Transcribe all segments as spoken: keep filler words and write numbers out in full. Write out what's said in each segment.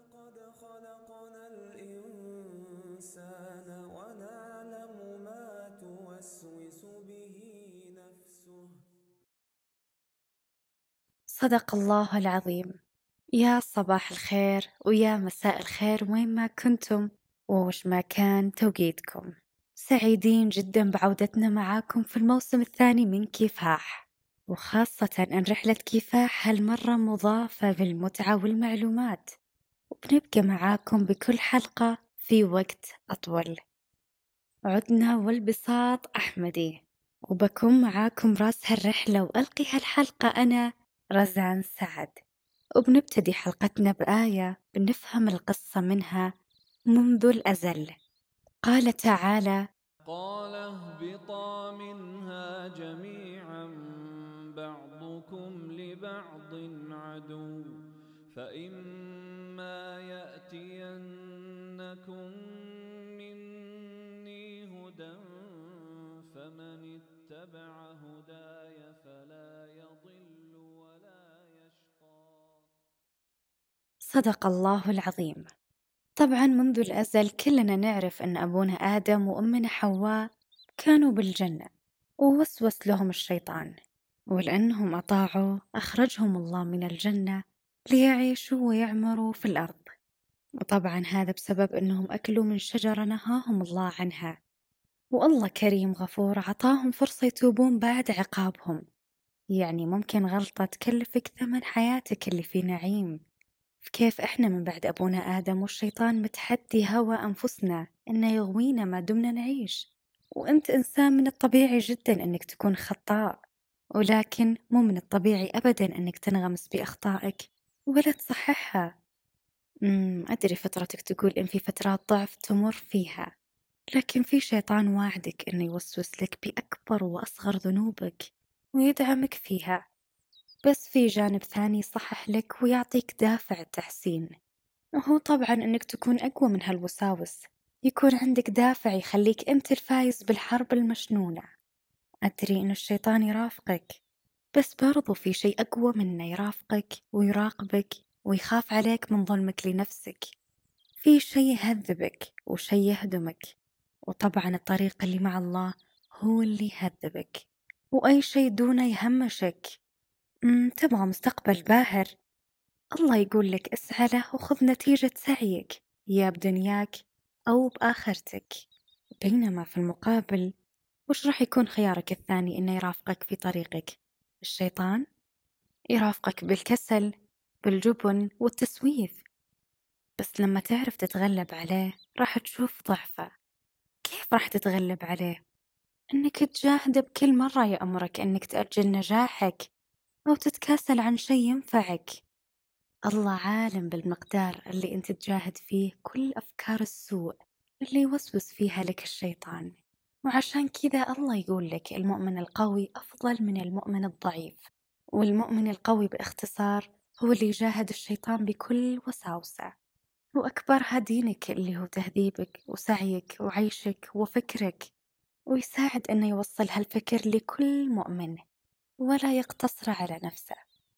لقد خلقنا الإنسان ونعلم ما توسوس به نفسه. صدق الله العظيم. يا صباح الخير ويا مساء الخير وين ما كنتم ووش ما كان توقيتكم. سعيدين جدا بعودتنا معاكم في الموسم الثاني من كفاح، وخاصة أن رحلة كفاح هالمرة مضافة بالمتعة والمعلومات، وبنبقى معاكم بكل حلقة في وقت أطول. عدنا والبساط أحمدي، وبكون معاكم راس هالرحلة وألقي هالحلقة أنا رزان سعد. وبنبتدي حلقتنا بآية بنفهم القصة منها منذ الأزل. قال تعالى: قال اهبطا منها جميعا بعضكم لبعض عدو فإما يأتينكم مني هدى فمن اتبع هداي فلا يضل ولا يشقى. صدق الله العظيم. طبعا منذ الأزل كلنا نعرف أن أبونا آدم وأمنا حواء كانوا بالجنة، ووسوس لهم الشيطان، ولأنهم أطاعوا أخرجهم الله من الجنة ليعيشوا ويعمروا في الأرض. وطبعا هذا بسبب أنهم أكلوا من شجرة نهاهم الله عنها، والله كريم غفور عطاهم فرصة يتوبون بعد عقابهم. يعني ممكن غلطة تكلفك ثمن حياتك اللي في نعيم. كيف إحنا من بعد أبونا آدم والشيطان متحدي هوى أنفسنا إنه يغوينا ما دمنا نعيش. وأنت إنسان من الطبيعي جدا إنك تكون خطاء، ولكن مو من الطبيعي أبدا إنك تنغمس بأخطائك ولا تصححها. أمم أدري فطرتك تقول إن في فترات ضعف تمر فيها، لكن في شيطان واعدك إنه يوسوس لك بأكبر وأصغر ذنوبك ويدعمك فيها، بس في جانب ثاني يصحح لك ويعطيك دافع التحسين، وهو طبعا إنك تكون أقوى من هالوساوس، يكون عندك دافع يخليك أنت الفايز بالحرب المشنونة. أدري إن الشيطان يرافقك، بس برضو في شيء أقوى منه يرافقك ويراقبك ويخاف عليك من ظلمك لنفسك. في شيء يهذبك وشيء يهدمك، وطبعا الطريق اللي مع الله هو اللي يهذبك، وأي شيء دونه يهمشك. مم، تبغى مستقبل باهر، الله يقول لك اسعى له وخذ نتيجة سعيك يا بدنياك أو بآخرتك. بينما في المقابل وش راح يكون خيارك الثاني؟ إنه يرافقك في طريقك الشيطان، يرافقك بالكسل بالجبن والتسويف. بس لما تعرف تتغلب عليه راح تشوف ضعفه. كيف راح تتغلب عليه؟ إنك تجاهد بكل مرة يأمرك إنك تأجل نجاحك أو تتكاسل عن شيء ينفعك. الله عالم بالمقدار اللي انت تجاهد فيه كل أفكار السوء اللي يوسوس فيها لك الشيطان. وعشان كذا الله يقول لك المؤمن القوي أفضل من المؤمن الضعيف. والمؤمن القوي باختصار هو اللي يجاهد الشيطان بكل وساوسه، وأكبرها دينك اللي هو تهذيبك وسعيك وعيشك وفكرك، ويساعد أنه يوصل هالفكر لكل مؤمن ولا يقتصر على نفسه.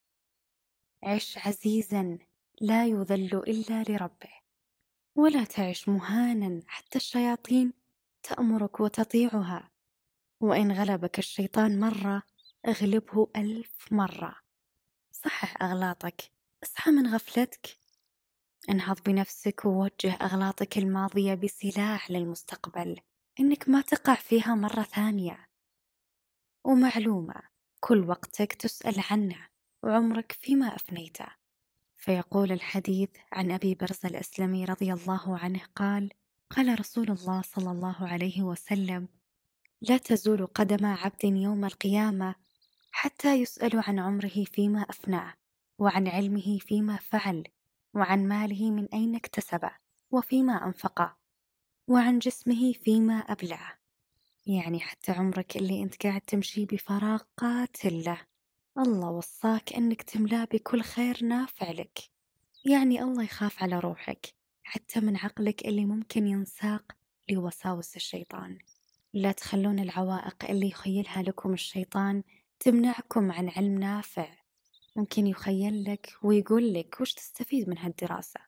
عش عزيزا لا يذل إلا لربه، ولا تعش مهانا حتى الشياطين تأمرك وتطيعها. وإن غلبك الشيطان مرة اغلبه ألف مرة. صحح أغلاطك، اصحى من غفلتك، انهض بنفسك ووجه أغلاطك الماضية بسلاح للمستقبل إنك ما تقع فيها مرة ثانية. ومعلومة، كل وقتك تسأل عنه وعمرك فيما أفنيته. فيقول الحديث عن أبي برزة الأسلمي رضي الله عنه قال: قال رسول الله صلى الله عليه وسلم: لا تزول قدم عبد يوم القيامة حتى يسأل عن عمره فيما أفناه، وعن علمه فيما فعل، وعن ماله من أين اكتسبه وفيما أنفقه، وعن جسمه فيما أبلعه. يعني حتى عمرك اللي أنت قاعد تمشي بفراغ قاتل له، الله وصاك أنك تملاه بكل خير نافع لك. يعني الله يخاف على روحك حتى من عقلك اللي ممكن ينساق لوساوس الشيطان. لا تخلون العوائق اللي يخيلها لكم الشيطان تمنعكم عن علم نافع. ممكن يخيل لك ويقول لك وش تستفيد من هالدراسة،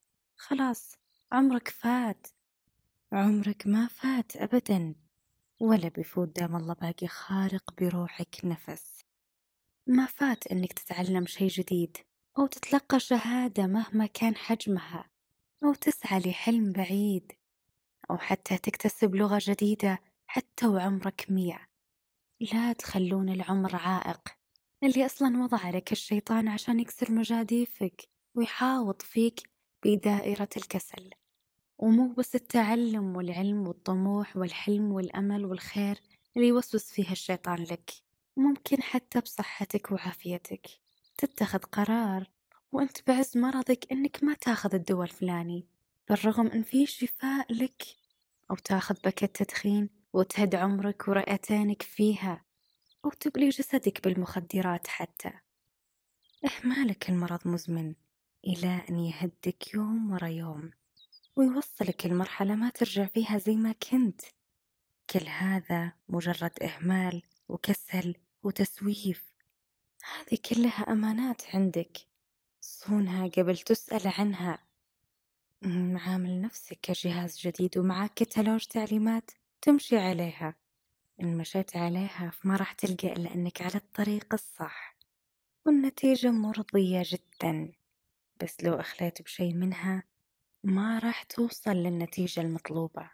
خلاص عمرك فات. عمرك ما فات أبدا، ولا بيفوت دام الله باقي خارق بروحك نفس. ما فات إنك تتعلم شي جديد، أو تتلقى شهادة مهما كان حجمها، أو تسعى لحلم بعيد، أو حتى تكتسب لغة جديدة حتى وعمرك مية. لا تخلون العمر عائق، اللي أصلا وضع لك الشيطان عشان يكسر مجاديفك ويحاوط فيك بدائرة الكسل. ومو بس التعلم والعلم والطموح والحلم والأمل والخير اللي يوسوس فيها الشيطان لك، ممكن حتى بصحتك وعافيتك تتخذ قرار وانت بعز مرضك انك ما تاخذ الدواء الفلاني بالرغم ان في شفاء لك، او تاخذ باكيت تدخين وتهد عمرك ورئتينك فيها، او تبلي جسدك بالمخدرات حتى. إهمالك المرض مزمن إلى أن يهدك يوم ورا يوم ويوصلك المرحلة ما ترجع فيها زي ما كنت. كل هذا مجرد إهمال وكسل وتسويف. هذه كلها أمانات عندك، صونها قبل تسأل عنها. عامل نفسك كجهاز جديد ومعاك كتالوج تعليمات تمشي عليها. إن مشيت عليها فما راح تلقى إلا أنك على الطريق الصح، والنتيجة مرضية جدا. بس لو أخليت بشي منها ما راح توصل للنتيجة المطلوبة.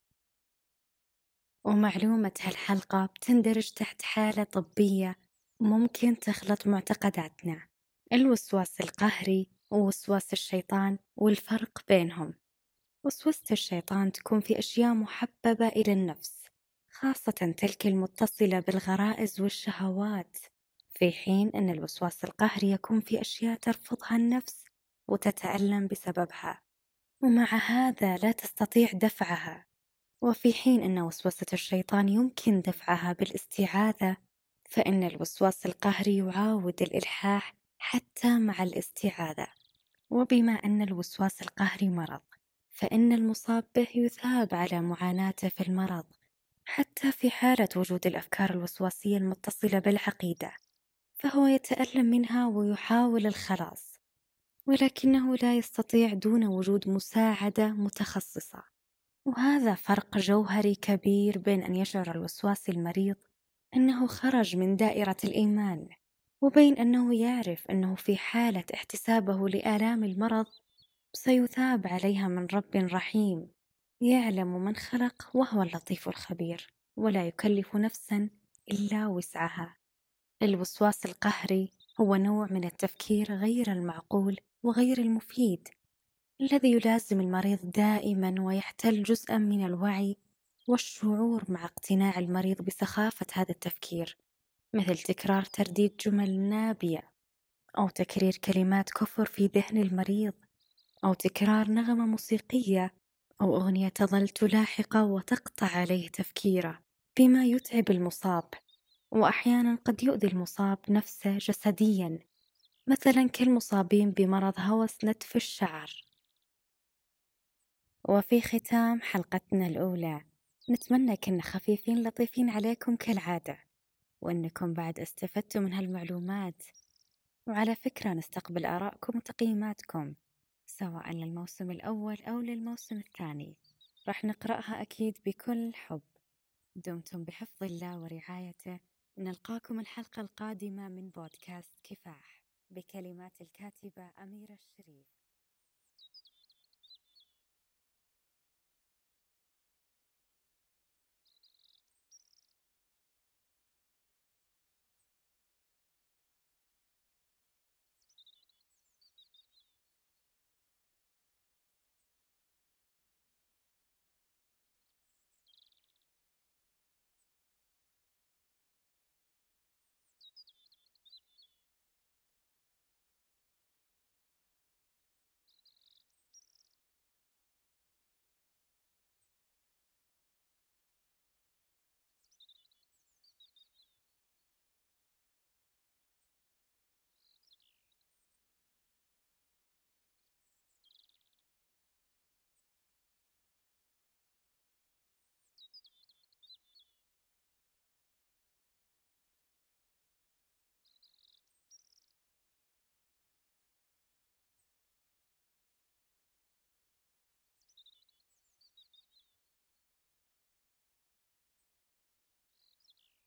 ومعلومة هالحلقة بتندرج تحت حالة طبية ممكن تخلط معتقداتنا: الوسواس القهري ووسواس الشيطان والفرق بينهم. وسوسة الشيطان تكون في أشياء محببة إلى النفس، خاصة تلك المتصلة بالغرائز والشهوات، في حين أن الوسواس القهري يكون في أشياء ترفضها النفس وتتألم بسببها، ومع هذا لا تستطيع دفعها. وفي حين أن وسوسة الشيطان يمكن دفعها بالاستعاذة، فإن الوسواس القهري يعاود الإلحاح حتى مع الاستعاذة. وبما أن الوسواس القهري مرض، فإن المصاب به يثاب على معاناته في المرض حتى في حالة وجود الأفكار الوسواسية المتصلة بالعقيدة، فهو يتألم منها ويحاول الخلاص، ولكنه لا يستطيع دون وجود مساعدة متخصصة. وهذا فرق جوهري كبير بين أن يشعر الوسواس المريض أنه خرج من دائرة الإيمان، وبين أنه يعرف أنه في حالة احتسابه لآلام المرض سيثاب عليها من رب رحيم يعلم من خلق وهو اللطيف الخبير، ولا يكلف نفسا إلا وسعها. الوسواس القهري هو نوع من التفكير غير المعقول وغير المفيد، الذي يلازم المريض دائما ويحتل جزءا من الوعي والشعور مع اقتناع المريض بسخافة هذا التفكير، مثل تكرار ترديد جمل نابية، أو تكرير كلمات كفر في ذهن المريض، أو تكرار نغمة موسيقية أو أغنية تظل تلاحقه وتقطع عليه تفكيره، بما يتعب المصاب، وأحيانا قد يؤذي المصاب نفسه جسديا، مثلا كالمصابين بمرض هوس نتف الشعر. وفي ختام حلقتنا الأولى نتمنى كنا خفيفين لطيفين عليكم كالعادة، وأنكم بعد استفدتوا من هالمعلومات. وعلى فكرة نستقبل آراءكم وتقييماتكم سواء للموسم الأول أو للموسم الثاني، راح نقرأها أكيد بكل حب. دمتم بحفظ الله ورعايته. نلقاكم الحلقة القادمة من بودكاست كفاح بكلمات الكاتبة أميرة الشريف.